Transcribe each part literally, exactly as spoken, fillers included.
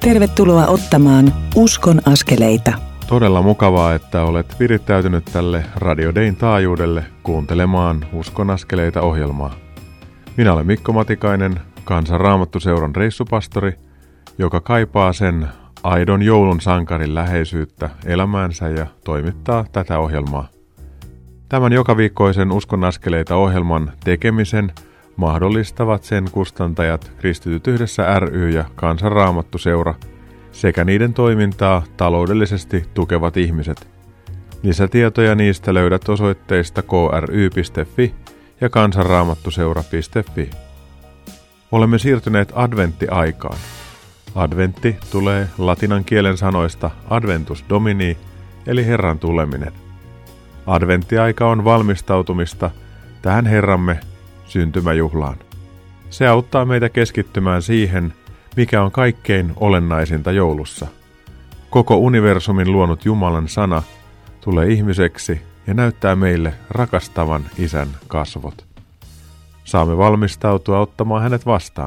Tervetuloa ottamaan Uskon askeleita. Todella mukavaa, että olet virittäytynyt tälle Radio Dayn taajuudelle kuuntelemaan Uskon askeleita -ohjelmaa. Minä olen Mikko Matikainen, Kansan Raamattuseuran reissupastori, joka kaipaa sen aidon joulun sankarin läheisyyttä elämäänsä ja toimittaa tätä ohjelmaa. Tämän jokaviikkoisen Uskon askeleita -ohjelman tekemisen mahdollistavat sen kustantajat Kristityt yhdessä ry ja Kansan Raamattuseura sekä niiden toimintaa taloudellisesti tukevat ihmiset. Lisätietoja niistä löydät osoitteista k r y piste f i ja kansanraamattuseura piste f i. Olemme siirtyneet adventtiaikaan. Adventti tulee latinan kielen sanoista adventus domini, eli Herran tuleminen. Adventtiaika on valmistautumista tähän Herramme syntymäjuhlaan. Se auttaa meitä keskittymään siihen, mikä on kaikkein olennaisinta joulussa. Koko universumin luonut Jumalan sana tulee ihmiseksi ja näyttää meille rakastavan Isän kasvot. Saamme valmistautua ottamaan hänet vastaan.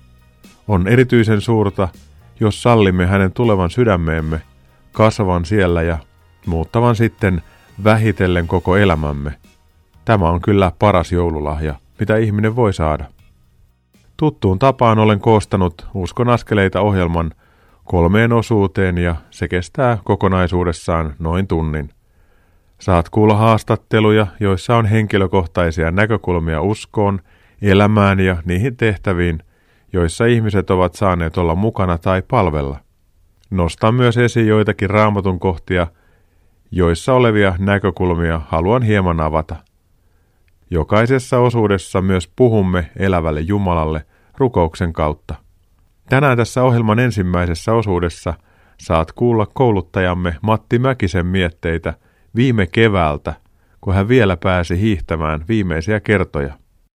On erityisen suurta, jos sallimme hänen tulevan sydämeemme, kasvavan siellä ja muuttavan sitten vähitellen koko elämämme. Tämä on kyllä paras joululahja, mitä ihminen voi saada. Tuttuun tapaan olen koostanut Uskon askeleita -ohjelman kolmeen osuuteen ja se kestää kokonaisuudessaan noin tunnin. Saat kuulla haastatteluja, joissa on henkilökohtaisia näkökulmia uskoon, elämään ja niihin tehtäviin, joissa ihmiset ovat saaneet olla mukana tai palvella. Nostan myös esiin joitakin Raamatun kohtia, joissa olevia näkökulmia haluan hieman avata. Jokaisessa osuudessa myös puhumme elävälle Jumalalle rukouksen kautta. Tänään tässä ohjelman ensimmäisessä osuudessa saat kuulla kouluttajamme Matti Mäkisen mietteitä viime keväältä, kun hän vielä pääsi hiihtämään viimeisiä kertoja.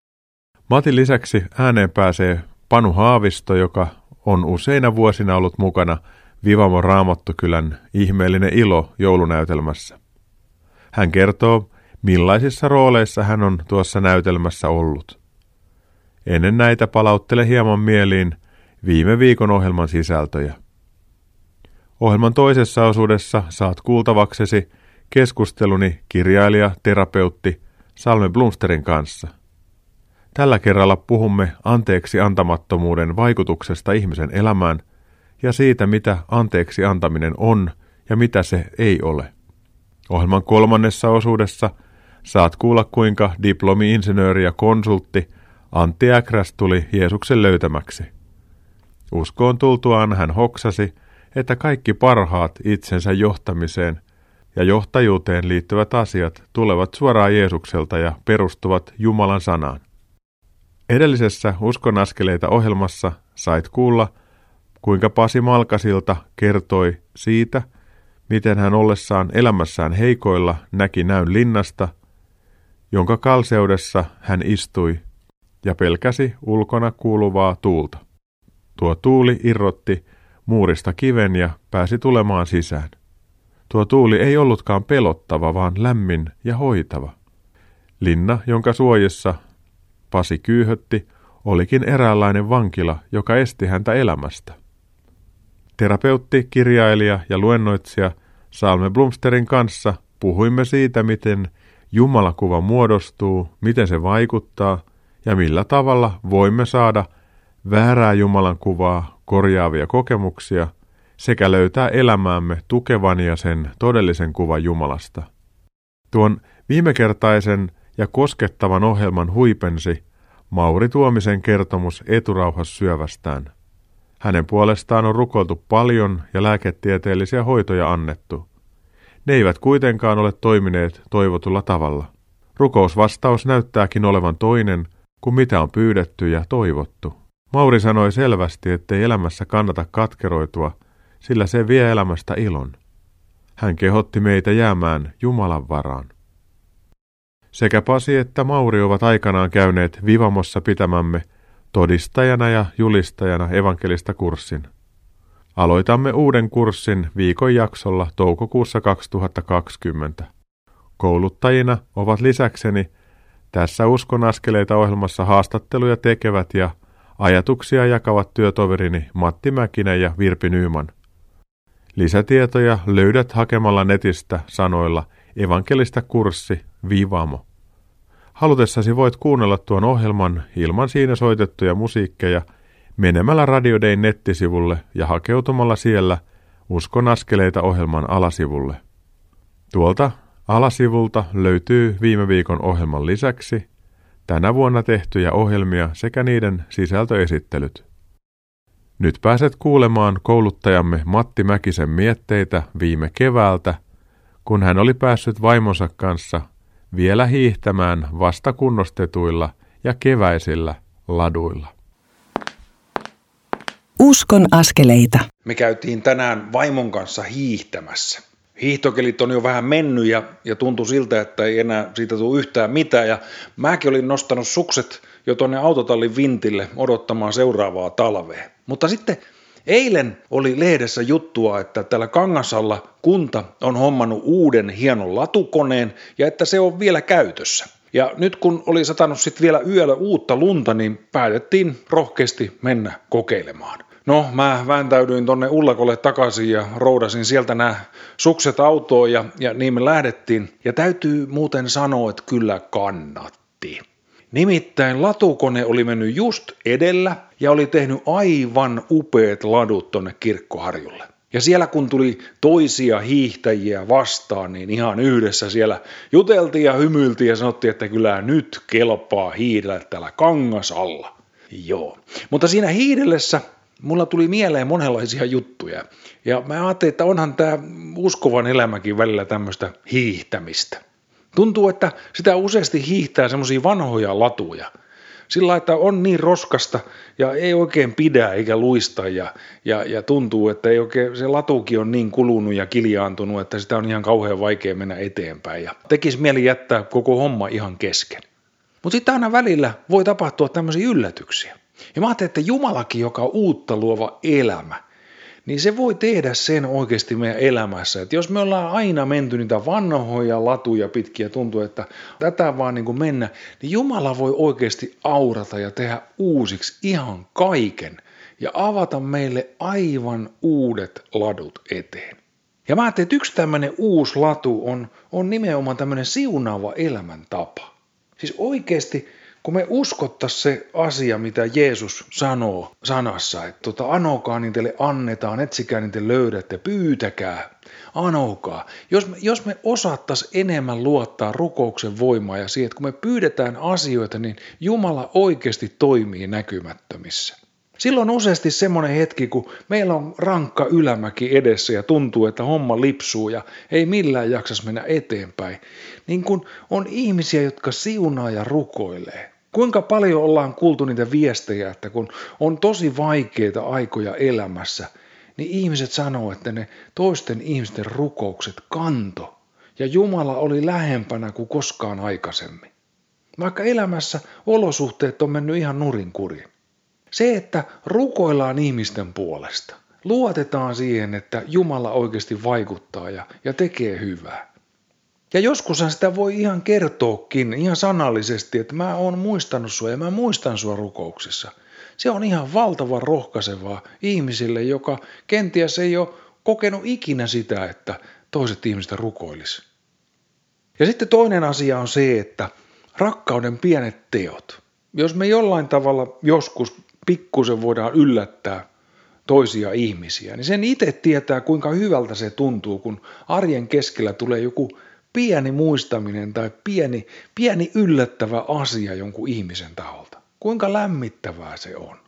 Matin lisäksi ääneen pääsee Panu Haavisto, joka on useina vuosina ollut mukana Vivamon Raamattukylän Ihmeellinen ilo -joulunäytelmässä. Hän kertoo, millaisissa rooleissa hän on tuossa näytelmässä ollut. Ennen näitä palauttele hieman mieliin viime viikon ohjelman sisältöjä. Ohjelman toisessa osuudessa saat kuultavaksesi keskusteluni kirjailija, terapeutti Salme Blomsterin kanssa. Tällä kerralla puhumme anteeksi antamattomuuden vaikutuksesta ihmisen elämään ja siitä, mitä anteeksi antaminen on ja mitä se ei ole. Ohjelman kolmannessa osuudessa saat kuulla, kuinka diplomi-insinööri ja konsultti Antti Äkräs tuli Jeesuksen löytämäksi. Uskoon tultuaan hän hoksasi, että kaikki parhaat itsensä johtamiseen ja johtajuuteen liittyvät asiat tulevat suoraan Jeesukselta ja perustuvat Jumalan sanaan. Edellisessä Uskon askeleita -ohjelmassa sait kuulla, kuinka Pasi Malkasilta kertoi siitä, miten hän ollessaan elämässään heikoilla näki näyn linnasta, jonka kalseudessa hän istui ja pelkäsi ulkona kuuluvaa tuulta. Tuo tuuli irrotti muurista kiven ja pääsi tulemaan sisään. Tuo tuuli ei ollutkaan pelottava, vaan lämmin ja hoitava. Linna, jonka suojissa Pasi kyyhötti, olikin eräänlainen vankila, joka esti häntä elämästä. Terapeutti, kirjailija ja luennoitsija Salme Blomsterin kanssa puhuimme siitä, miten Jumalakuva muodostuu, miten se vaikuttaa ja millä tavalla voimme saada väärää Jumalan kuvaa korjaavia kokemuksia sekä löytää elämäämme tukevan ja sen todellisen kuvan Jumalasta. Tuon viimekertaisen ja koskettavan ohjelman huipensi Mauri Tuomisen kertomus eturauhassyövästään. Hänen puolestaan on rukoiltu paljon ja lääketieteellisiä hoitoja annettu. Ne eivät kuitenkaan ole toimineet toivotulla tavalla. Rukousvastaus näyttääkin olevan toinen kuin mitä on pyydetty ja toivottu. Mauri sanoi selvästi, ettei elämässä kannata katkeroitua, sillä se vie elämästä ilon. Hän kehotti meitä jäämään Jumalan varaan. Sekä Pasi että Mauri ovat aikanaan käyneet Vivamossa pitämämme todistajana ja julistajana evankelista kurssin. Aloitamme uuden kurssin viikon jaksolla toukokuussa kaksituhattakaksikymmentä. Kouluttajina ovat lisäkseni tässä Uskon askeleita -ohjelmassa haastatteluja tekevät ja Ajatuksia jakavat työtoverini Matti Mäkinen ja Virpi Nyman. Lisätietoja löydät hakemalla netistä sanoilla evankelista kurssi Vivamo. Halutessasi voit kuunnella tuon ohjelman ilman siinä soitettuja musiikkeja menemällä Radio Dayn nettisivulle ja hakeutumalla siellä Uskon askeleita -ohjelman alasivulle. Tuolta alasivulta löytyy viime viikon ohjelman lisäksi tänä vuonna tehtyjä ohjelmia sekä niiden sisältöesittelyt. Nyt pääset kuulemaan kouluttajamme Matti Mäkisen mietteitä viime keväältä, kun hän oli päässyt vaimonsa kanssa vielä hiihtämään vasta kunnostetuilla ja keväisillä laduilla. Uskon askeleita. Me käytiin tänään vaimon kanssa hiihtämässä. Hiihtokelit on jo vähän mennyt ja, ja tuntui siltä, että ei enää siitä tule yhtään mitään. Ja mäkin olin nostanut sukset jo tuonne autotallin vintille odottamaan seuraavaa talvea. Mutta sitten eilen oli lehdessä juttua, että täällä Kangasalla kunta on hommannut uuden hienon latukoneen ja että se on vielä käytössä. Ja nyt kun oli satanut sitten vielä yöllä uutta lunta, niin päätettiin rohkeasti mennä kokeilemaan. No, mä vääntäydyin tonne Ullakolle takaisin ja roudasin sieltä nämä sukset autoon ja, ja niin me lähdettiin. Ja täytyy muuten sanoa, että kyllä kannatti. Nimittäin latukone oli mennyt just edellä ja oli tehnyt aivan upeat ladut tonne Kirkkoharjulle. Ja siellä kun tuli toisia hiihtäjiä vastaan, niin ihan yhdessä siellä juteltiin ja hymyiltiin ja sanottiin, että kyllä nyt kelpaa hiidellä täällä Kangasalla. Joo, mutta siinä hiidellessä mulla tuli mieleen monenlaisia juttuja. Ja mä ajattelin, että onhan tämä uskovan elämäkin välillä tämmöistä hiihtämistä. Tuntuu, että sitä useasti hiihtää semmoisia vanhoja latuja. Sillä että on niin roskasta ja ei oikein pidä eikä luista ja, ja, ja tuntuu, että ei oikein, se latukin on niin kulunut ja kiljaantunut, että sitä on ihan kauhean vaikea mennä eteenpäin. Ja tekisi mieli jättää koko homma ihan kesken. Mutta sitten aina välillä voi tapahtua tämmöisiä yllätyksiä. Ja mä ajattelin, että Jumalakin, joka on uutta luova elämä, niin se voi tehdä sen oikeasti meidän elämässä. Että jos me ollaan aina menty niitä vanhoja latuja pitkiä, tuntuu, että tätä vaan niin kuin mennä, niin Jumala voi oikeasti aurata ja tehdä uusiksi ihan kaiken ja avata meille aivan uudet ladut eteen. Ja mä ajattelin, että yksi tämmöinen uusi latu on, on nimenomaan tämmöinen siunaava elämäntapa. Siis oikeasti, kun me uskottaisiin se asia, mitä Jeesus sanoo sanassa, että tota, anokaa, niin teille annetaan, etsikää, niin te löydätte, pyytäkää, anokaa. Jos me, jos me osattaisiin enemmän luottaa rukouksen voimaa ja siihen, että kun me pyydetään asioita, niin Jumala oikeasti toimii näkymättömissä. Silloin on useasti semmoinen hetki, kun meillä on rankka ylämäki edessä ja tuntuu, että homma lipsuu ja ei millään jaksas mennä eteenpäin. Niin kun on ihmisiä, jotka siunaa ja rukoilee. Kuinka paljon ollaan kuultu niitä viestejä, että kun on tosi vaikeita aikoja elämässä, niin ihmiset sanoo, että ne toisten ihmisten rukoukset kanto ja Jumala oli lähempänä kuin koskaan aikaisemmin. Vaikka elämässä olosuhteet on mennyt ihan nurinkurin. Se, että rukoillaan ihmisten puolesta, luotetaan siihen, että Jumala oikeasti vaikuttaa ja, ja tekee hyvää. Ja joskushan sitä voi ihan kertoakin, ihan sanallisesti, että mä oon muistanut sua ja mä muistan sua rukouksissa. Se on ihan valtavan rohkaisevaa ihmisille, joka kenties ei ole kokenut ikinä sitä, että toiset ihmiset rukoilisi. Ja sitten toinen asia on se, että rakkauden pienet teot. Jos me jollain tavalla joskus pikkusen voidaan yllättää toisia ihmisiä, niin sen itse tietää, kuinka hyvältä se tuntuu, kun arjen keskellä tulee joku pieni muistaminen tai pieni, pieni yllättävä asia jonkun ihmisen taholta. Kuinka lämmittävää se on.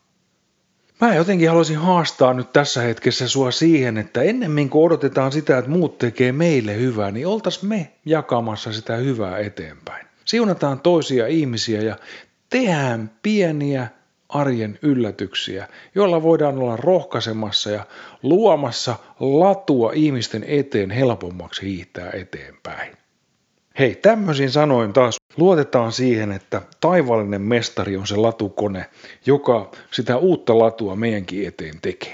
Mä jotenkin haluaisin haastaa nyt tässä hetkessä sua siihen, että ennemmin kuin odotetaan sitä, että muut tekee meille hyvää, niin oltaisiin me jakamassa sitä hyvää eteenpäin. Siunataan toisia ihmisiä ja tehdään pieniä arjen yllätyksiä, joilla voidaan olla rohkaisemassa ja luomassa latua ihmisten eteen helpommaksi hiihtää eteenpäin. Hei, tämmöisin sanoin taas luotetaan siihen, että taivaallinen mestari on se latukone, joka sitä uutta latua meidänkin eteen tekee.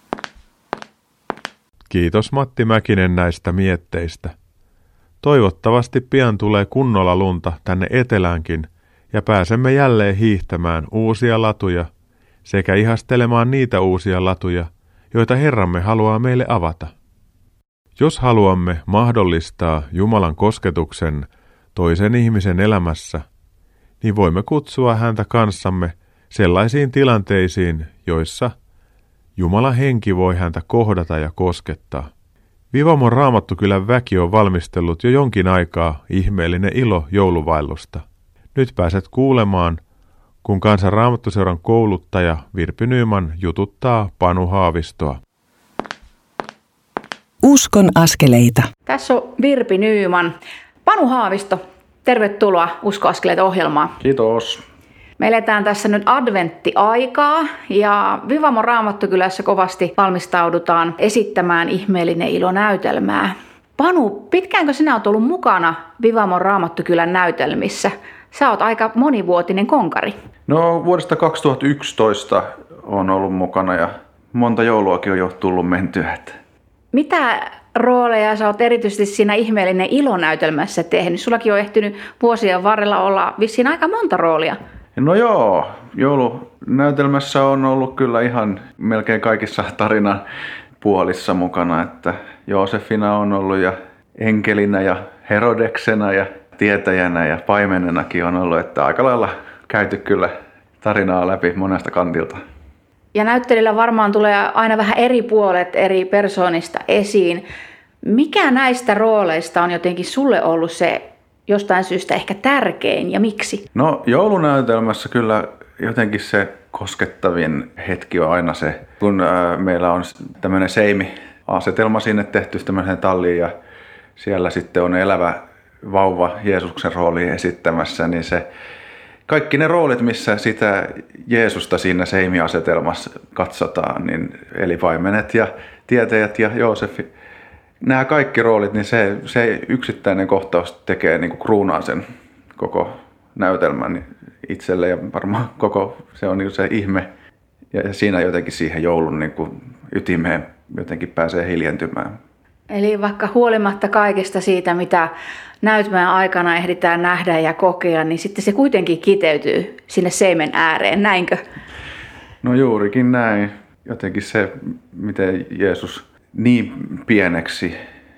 Kiitos Matti Mäkinen näistä mietteistä. Toivottavasti pian tulee kunnolla lunta tänne eteläänkin ja pääsemme jälleen hiihtämään uusia latuja sekä ihastelemaan niitä uusia latuja, joita Herramme haluaa meille avata. Jos haluamme mahdollistaa Jumalan kosketuksen toisen ihmisen elämässä, niin voimme kutsua häntä kanssamme sellaisiin tilanteisiin, joissa Jumalan henki voi häntä kohdata ja koskettaa. Vivamon Raamattukylän väki on valmistellut jo jonkin aikaa ihmeellinen ilo jouluvaellusta. Nyt pääset kuulemaan, kun Kansan Raamattuseuran kouluttaja Virpi Nyman jututtaa Panu Haavistoa. Uskon askeleita. Tässä on Virpi Nyman. Panu Haavisto, tervetuloa Uskon askeleita -ohjelmaan. Kiitos. Me eletään tässä nyt adventtiaikaa ja Vivamon Raamattukylässä kovasti valmistaudutaan esittämään ihmeellinen ilo -näytelmää. Panu, pitkäänkö sinä olet ollut mukana Vivamon Raamattukylän näytelmissä? Sä oot aika monivuotinen konkari. No vuodesta kaksituhattayksitoista on ollut mukana ja monta jouluakin on jo tullut mentyä. Mitä rooleja sä oot erityisesti siinä ihmeellinen ilo -näytelmässä tehnyt? Sullakin on ehtinyt vuosien varrella olla vissiin aika monta roolia. No joo, joulunäytelmässä on ollut kyllä ihan melkein kaikissa tarinan puolissa mukana, että Joosefina on ollut ja enkelinä ja Herodeksena ja tietäjänä ja paimenenakin on ollut, että aika lailla käyty kyllä tarinaa läpi monesta kantilta. Ja näyttelijällä varmaan tulee aina vähän eri puolet eri persoonista esiin. Mikä näistä rooleista on jotenkin sulle ollut se jostain syystä ehkä tärkein ja miksi? No joulunäytelmässä kyllä jotenkin se koskettavin hetki on aina se, kun ää, meillä on tämmöinen seimi-asetelma sinne tehty tämmöiseen talliin ja siellä sitten on elävä vauva Jeesuksen rooli esittämässä, niin se kaikki ne roolit, missä sitä Jeesusta siinä seimi-asetelmassa katsotaan, niin eli paimenet ja tietäjät ja Joosefi, nämä kaikki roolit, niin se, se yksittäinen kohtaus tekee niin kuin kruunaa sen koko näytelmän itselle ja varmaan koko se on niin kuin se ihme ja siinä jotenkin siihen joulun niin kuin ytimeen jotenkin pääsee hiljentymään. Eli vaikka huolimatta kaikesta siitä, mitä näytelmän aikana ehditään nähdä ja kokea, niin sitten se kuitenkin kiteytyy sinne seimen ääreen, näinkö? No juurikin näin. Jotenkin se, miten Jeesus niin pieneksi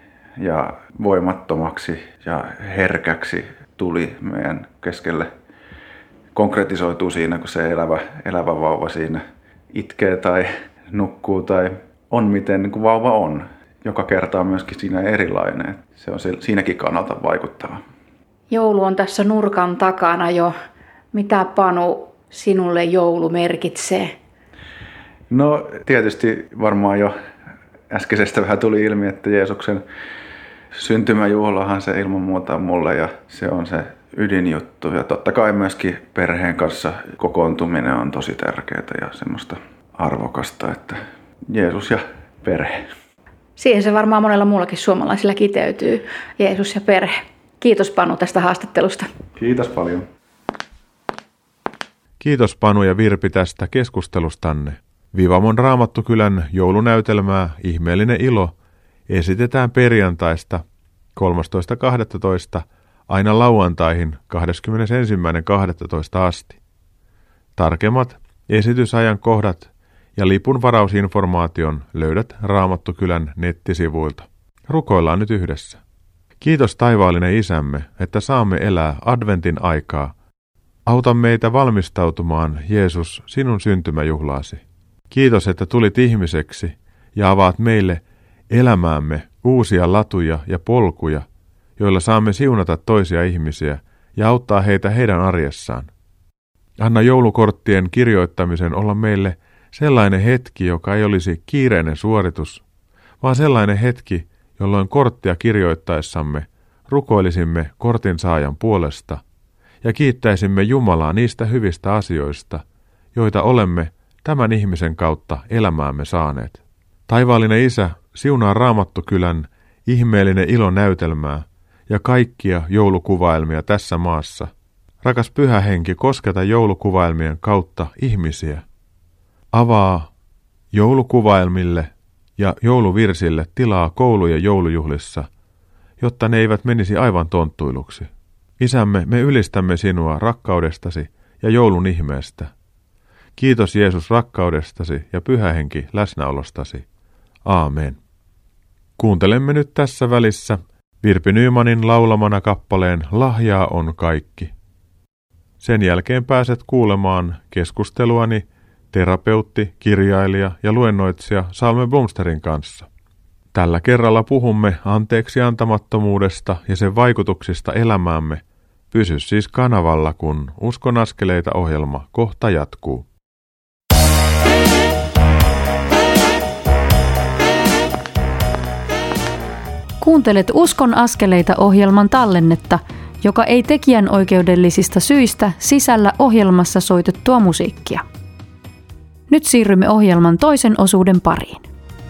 ja voimattomaksi ja herkäksi tuli meidän keskelle, konkretisoituu siinä, kun se elävä, elävä vauva siinä itkee tai nukkuu tai on miten niin kuin vauva on. Joka kerta on myöskin siinä erilainen. Se on siinäkin kannalta vaikuttava. Joulu on tässä nurkan takana jo. Mitä, Panu, sinulle joulu merkitsee? No tietysti varmaan jo äskeisestä vähän tuli ilmi, että Jeesuksen syntymäjuhlahan se ilman muuta on mulle ja se on se ydinjuttu. Ja totta kai myöskin perheen kanssa kokoontuminen on tosi tärkeää ja semmoista arvokasta, että Jeesus ja perhe. Siihen se varmaan monella muullakin suomalaisilla kiteytyy, Jeesus ja perhe. Kiitos, Panu, tästä haastattelusta. Kiitos paljon. Kiitos Panu ja Virpi tästä keskustelustanne. Vivamon Raamattukylän joulunäytelmää Ihmeellinen ilo esitetään perjantaista kolmastoista kahdestoista aina lauantaihin kahdeskymmenesensimmäinen kahdestoista asti. Tarkemmat esitysajan kohdat ja lipun varausinformaation löydät Raamattukylän nettisivuilta. Rukoillaan nyt yhdessä. Kiitos taivaallinen Isämme, että saamme elää adventin aikaa. Auta meitä valmistautumaan, Jeesus, sinun syntymäjuhlaasi. Kiitos, että tulit ihmiseksi ja avaat meille elämäämme uusia latuja ja polkuja, joilla saamme siunata toisia ihmisiä ja auttaa heitä heidän arjessaan. Anna joulukorttien kirjoittamisen olla meille sellainen hetki, joka ei olisi kiireinen suoritus, vaan sellainen hetki, jolloin korttia kirjoittaessamme rukoilisimme kortin saajan puolesta ja kiittäisimme Jumalaa niistä hyvistä asioista, joita olemme tämän ihmisen kautta elämäämme saaneet. Taivaallinen Isä, siunaa Raamattukylän ihmeellinen ilo -näytelmää ja kaikkia joulukuvaelmia tässä maassa. Rakas Pyhä Henki, kosketa joulukuvaelmien kautta ihmisiä. Avaa joulukuvaelmille ja jouluvirsille tilaa koulujen joulujuhlissa, jotta ne eivät menisi aivan tonttuiluksi. Isämme, me ylistämme sinua rakkaudestasi ja joulun ihmeestä. Kiitos Jeesus rakkaudestasi ja Pyhä Henki läsnäolostasi. Aamen. Kuuntelemme nyt tässä välissä Virpi Nymanin laulamana kappaleen Lahjaa on kaikki. Sen jälkeen pääset kuulemaan keskusteluani terapeutti, kirjailija ja luennoitsija Salme Blomsterin kanssa. Tällä kerralla puhumme anteeksi antamattomuudesta ja sen vaikutuksista elämäämme. Pysy siis kanavalla, kun Uskon askeleita -ohjelma kohta jatkuu. Kuuntelet Uskon askeleita -ohjelman tallennetta, joka ei tekijän oikeudellisista syistä sisällä ohjelmassa soitettua musiikkia. Nyt siirrymme ohjelman toisen osuuden pariin.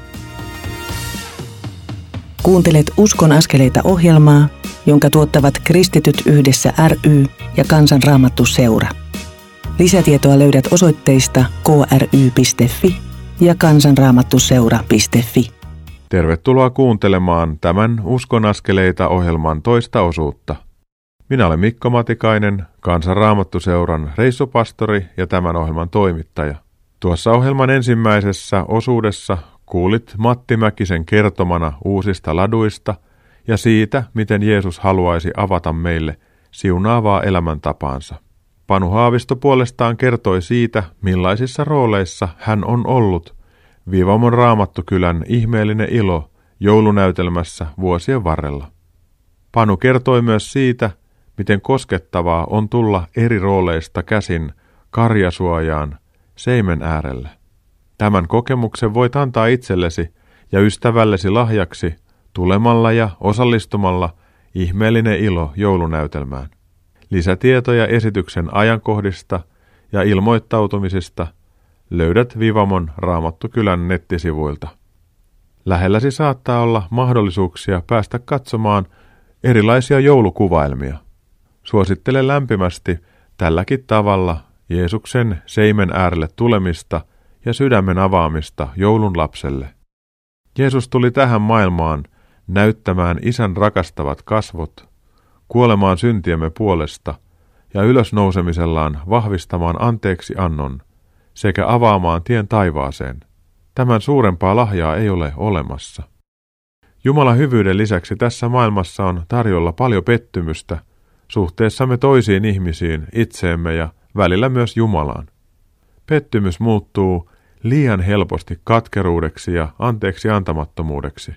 Kuuntelet Uskon askeleita -ohjelmaa, jonka tuottavat Kristityt yhdessä ry ja Kansan Raamattu Seura. Lisätietoa löydät osoitteista k r y piste f i ja kansanraamattuseura piste f i. Tervetuloa kuuntelemaan tämän Uskon askeleita -ohjelman toista osuutta. Minä olen Mikko Matikainen, Kansan Raamattuseuran reissupastori ja tämän ohjelman toimittaja. Tuossa ohjelman ensimmäisessä osuudessa kuulit Matti Mäkisen kertomana uusista laduista ja siitä, miten Jeesus haluaisi avata meille siunaavaa elämäntapaansa. Panu Haavisto puolestaan kertoi siitä, millaisissa rooleissa hän on ollut Vivamon Raamattukylän ihmeellinen ilo joulunäytelmässä vuosien varrella. Panu kertoi myös siitä, miten koskettavaa on tulla eri rooleista käsin karjasuojaan seimen äärelle. Tämän kokemuksen voit antaa itsellesi ja ystävällesi lahjaksi tulemalla ja osallistumalla ihmeellinen ilo joulunäytelmään. Lisätietoja esityksen ajankohdista ja ilmoittautumisista löydät Vivamon Raamattukylän nettisivuilta. Lähelläsi saattaa olla mahdollisuuksia päästä katsomaan erilaisia joulukuvailmia. Suosittelen lämpimästi tälläkin tavalla Jeesuksen seimen äärelle tulemista ja sydämen avaamista joulun lapselle. Jeesus tuli tähän maailmaan näyttämään Isän rakastavat kasvot, kuolemaan syntiemme puolesta ja ylösnousemisellaan vahvistamaan anteeksi annon sekä avaamaan tien taivaaseen. Tämän suurempaa lahjaa ei ole olemassa. Jumalan hyvyyden lisäksi tässä maailmassa on tarjolla paljon pettymystä suhteessamme toisiin ihmisiin, itseemme ja välillä myös Jumalaan. Pettymys muuttuu liian helposti katkeruudeksi ja anteeksi antamattomuudeksi.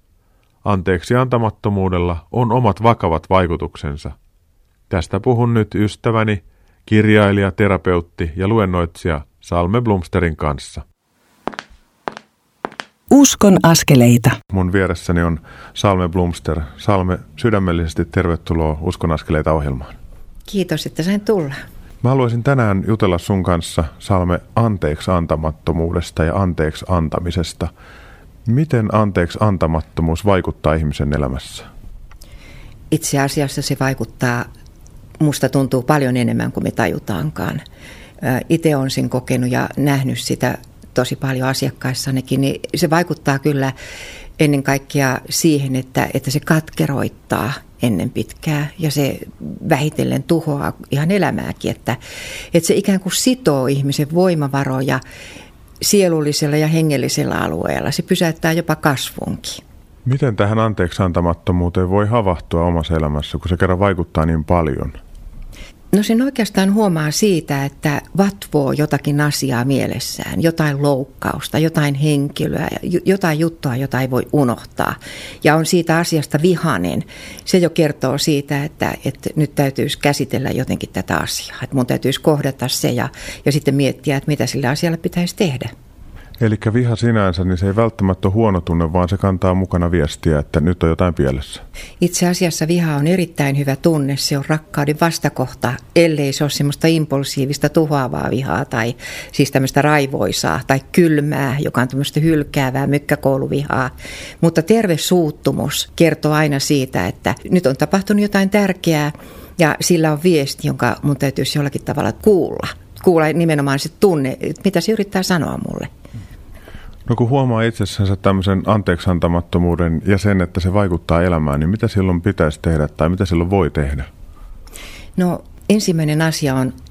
Anteeksi antamattomuudella on omat vakavat vaikutuksensa. Tästä puhun nyt ystäväni, kirjailija, terapeutti ja luennoitsija Salme Blomsterin kanssa. Uskon askeleita. Mun vieressäni on Salme Blomster. Salme, sydämellisesti tervetuloa Uskon askeleita -ohjelmaan. Kiitos, että sain tulla. Mä haluaisin tänään jutella sun kanssa, Salme, anteeksi antamattomuudesta ja anteeksi antamisesta. Miten anteeksi antamattomuus vaikuttaa ihmisen elämässä? Itse asiassa se vaikuttaa, musta tuntuu paljon enemmän kuin me tajutaankaan. Itse olen sen kokenut ja nähnyt sitä tosi paljon asiakkaissanekin, niin se vaikuttaa kyllä ennen kaikkea siihen, että, että se katkeroittaa ennen pitkää ja se vähitellen tuhoaa ihan elämääkin, että, että se ikään kuin sitoo ihmisen voimavaroja sielullisella ja hengellisellä alueella. Se pysäyttää jopa kasvunkin. Miten tähän anteeksi antamattomuuteen voi havahtua omassa elämässä, kun se kerran vaikuttaa niin paljon? No sen oikeastaan huomaa siitä, että vatvoo jotakin asiaa mielessään, jotain loukkausta, jotain henkilöä, jotain juttua, jota ei voi unohtaa. Ja on siitä asiasta vihainen. Se jo kertoo siitä, että, että nyt täytyisi käsitellä jotenkin tätä asiaa. Että mun täytyisi kohdata se ja, ja sitten miettiä, että mitä sillä asialla pitäisi tehdä. Eli viha sinänsä, niin se ei välttämättä ole huono tunne, vaan se kantaa mukana viestiä, että nyt on jotain pielessä. Itse asiassa viha on erittäin hyvä tunne. Se on rakkauden vastakohta, ellei se ole semmoista impulsiivista tuhoavaa vihaa tai siis tämmöistä raivoisaa tai kylmää, joka on tämmöistä hylkäävää mykkäkouluvihaa. Mutta terve suuttumus kertoo aina siitä, että nyt on tapahtunut jotain tärkeää ja sillä on viesti, jonka mun täytyisi jollakin tavalla kuulla. Kuulla nimenomaan se tunne, mitä se yrittää sanoa mulle. No kun huomaa itsessänsä tämmöisen anteeksiantamattomuuden ja sen, että se vaikuttaa elämään, niin mitä silloin pitäisi tehdä tai mitä silloin voi tehdä? No ensimmäinen asia on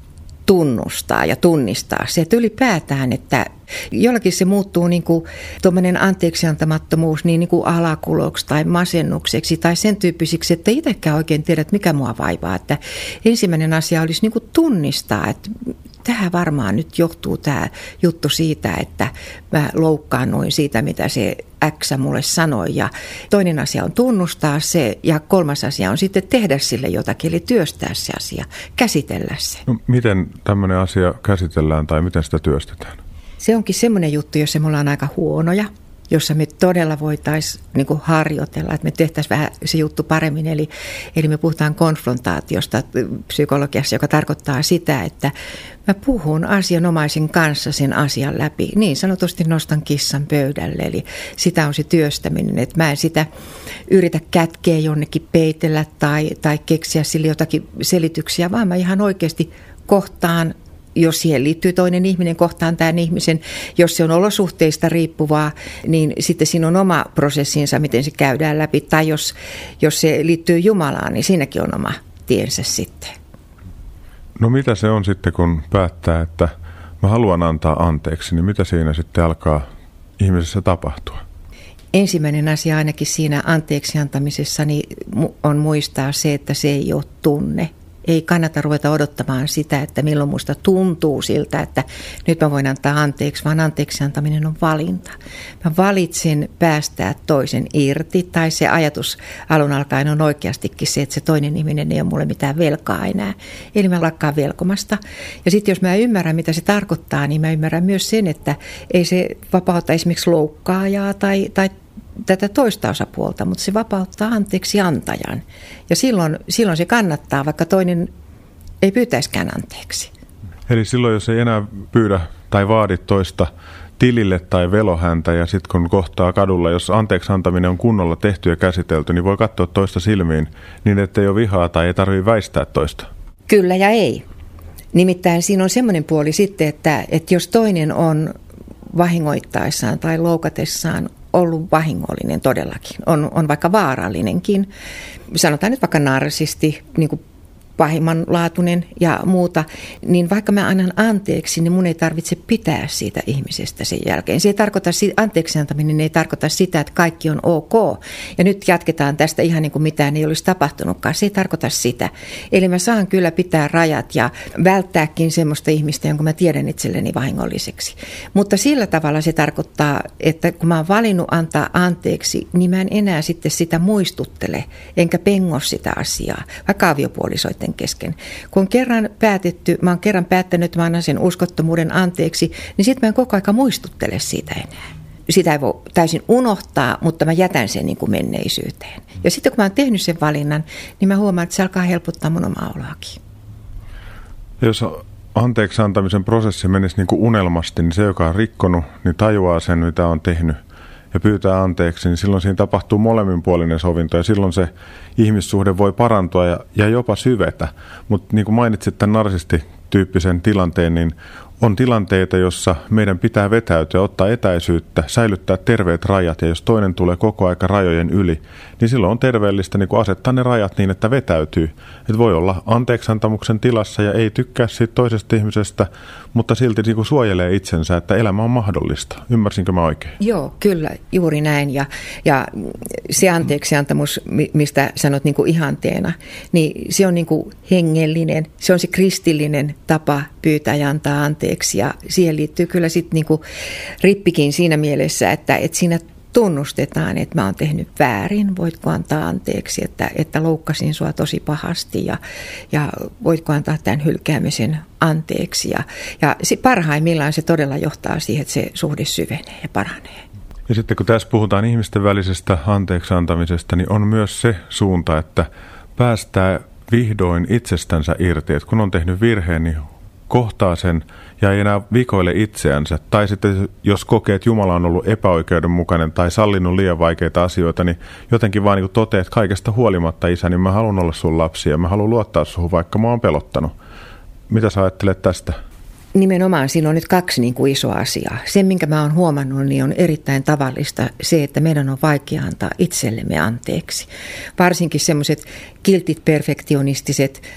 tunnustaa ja tunnistaa se, että ylipäätään, että jollakin se muuttuu niin kuin tuommoinen anteeksiantamattomuus niin, niin kuin alakuloksi tai masennukseksi tai sen tyyppisiksi, että itsekään oikein tiedä, että mikä mua vaivaa. Että ensimmäinen asia olisi niin kuin tunnistaa, että tähän varmaan nyt johtuu tämä juttu siitä, että mä loukkaannuin siitä, mitä se X mulle sanoi. Ja toinen asia on tunnustaa se ja kolmas asia on sitten tehdä sille jotakin, eli työstää se asia, käsitellä se. No, miten tämmöinen asia käsitellään tai miten sitä työstetään? Se onkin semmoinen juttu, jossa me ollaan aika huonoja, jossa me todella voitaisiin niin kuin harjoitella, että me tehtäisiin vähän se juttu paremmin. Eli, eli me puhutaan konfrontaatiosta psykologiassa, joka tarkoittaa sitä, että mä puhun asianomaisen kanssa sen asian läpi. Niin sanotusti nostan kissan pöydälle, eli sitä on se työstäminen, että mä en sitä yritä kätkeä jonnekin, peitellä tai, tai keksiä sille jotakin selityksiä, vaan mä ihan oikeasti kohtaan. Jos siihen liittyy toinen ihminen, kohtaan tämän ihmisen, jos se on olosuhteista riippuvaa, niin sitten siinä on oma prosessinsa, miten se käydään läpi. Tai jos, jos se liittyy Jumalaan, niin siinäkin on oma tiensä sitten. No mitä se on sitten, kun päättää, että mä haluan antaa anteeksi, niin mitä siinä sitten alkaa ihmisessä tapahtua? Ensimmäinen asia ainakin siinä anteeksi antamisessa niin on muistaa se, että se ei ole tunne. Ei kannata ruveta odottamaan sitä, että milloin musta tuntuu siltä, että nyt mä voin antaa anteeksi, vaan anteeksi antaminen on valinta. Mä valitsen päästää toisen irti, tai se ajatus alun alkaen on oikeastikin se, että se toinen ihminen ei ole mulle mitään velkaa enää. Eli mä lakkaan velkomasta. Ja sitten jos mä ymmärrän, mitä se tarkoittaa, niin mä ymmärrän myös sen, että ei se vapauta esimerkiksi loukkaajaa tai, tai tätä toista osapuolta, mutta se vapauttaa anteeksi antajan. Ja silloin, silloin se kannattaa, vaikka toinen ei pyytäiskään anteeksi. Eli silloin, jos ei enää pyydä tai vaadi toista tilille tai velohäntä, ja sitten kun kohtaa kadulla, jos anteeksi antaminen on kunnolla tehty ja käsitelty, niin voi katsoa toista silmiin niin, ettei ole vihaa tai ei tarvitse väistää toista. Kyllä ja ei. Nimittäin siinä on semmoinen puoli sitten, että, että jos toinen on vahingoittaessaan tai loukatessaan ollut vahingollinen todellakin, on, on vaikka vaarallinenkin, sanotaan nyt vaikka narsisti, niin kuin pahimmanlaatuinen ja muuta, niin vaikka mä annan anteeksi, niin mun ei tarvitse pitää siitä ihmisestä sen jälkeen. Se ei tarkoita, anteeksi antaminen ei tarkoita sitä, että kaikki on ok. Ja nyt jatketaan tästä ihan niin kuin mitään ei olisi tapahtunutkaan. Se ei tarkoita sitä. Eli mä saan kyllä pitää rajat ja välttääkin semmoista ihmistä, jonka mä tiedän itselleni vahingolliseksi. Mutta sillä tavalla se tarkoittaa, että kun mä oon valinnut antaa anteeksi, niin mä en enää sitten sitä muistuttele, enkä pengo sitä asiaa, vaikka aviopuolisoiden kesken. Kun on kerran päätetty, mä oon kerran päättänyt, että mä annan sen uskottomuuden anteeksi, niin sitten mä en koko aika muistuttele siitä enää. Sitä ei voi täysin unohtaa, mutta mä jätän sen niin kuin menneisyyteen. Ja sitten kun mä oon tehnyt sen valinnan, niin mä huomaan, että se alkaa helpottaa mun omaa oloakin. Jos anteeksi antamisen prosessi menisi niin kuin unelmasti, niin se, joka on rikkonut, niin tajuaa sen, mitä on tehnyt ja pyytää anteeksi, niin silloin siinä tapahtuu molemminpuolinen sovinto ja silloin se ihmissuhde voi parantua ja, ja jopa syvetä. Mutta niin kuin mainitsit tämän narsistityyppisen tilanteen, niin on tilanteita, jossa meidän pitää vetäytyä, ottaa etäisyyttä, säilyttää terveet rajat ja jos toinen tulee koko aika rajojen yli, niin silloin on terveellistä niin kuin asettaa ne rajat niin, että vetäytyy. Että voi olla anteeksiantamuksen tilassa ja ei tykkää siitä toisesta ihmisestä, mutta silti niin kuin suojelee itsensä, että elämä on mahdollista. Ymmärsinkö mä oikein? Joo, kyllä, juuri näin. Ja, ja se anteeksiantamus, mistä sanot niin kuin ihanteena, niin se on niin kuin hengellinen, se on se kristillinen tapa pyytää ja antaa anteeksi. Ja siihen liittyy kyllä sitten niinku rippikin siinä mielessä, että, että siinä tunnustetaan, että mä oon tehnyt väärin, voitko antaa anteeksi, että, että loukkasin sua tosi pahasti ja, ja voitko antaa tämän hylkäämisen anteeksi. Ja, ja parhaimmillaan se todella johtaa siihen, että se suhde syvenee ja paranee. Ja sitten kun tässä puhutaan ihmisten välisestä anteeksi antamisesta, niin on myös se suunta, että päästää vihdoin itsestänsä irti, että kun on tehnyt virheen, niin kohtaa sen ja ei enää vikoile itseänsä. Tai sitten jos kokee, että Jumala on ollut epäoikeudenmukainen tai sallinut liian vaikeita asioita, niin jotenkin vaan niin toteaa, että kaikesta huolimatta isä, niin mä haluan olla sun lapsi ja mä haluan luottaa suhun, vaikka mä oon pelottanut. Mitä sä ajattelet tästä? Nimenomaan siinä on nyt kaksi niin kuin isoa asiaa. Se, minkä mä oon huomannut, niin on erittäin tavallista se, että meidän on vaikea antaa itsellemme anteeksi. Varsinkin semmoiset kiltit perfektionistiset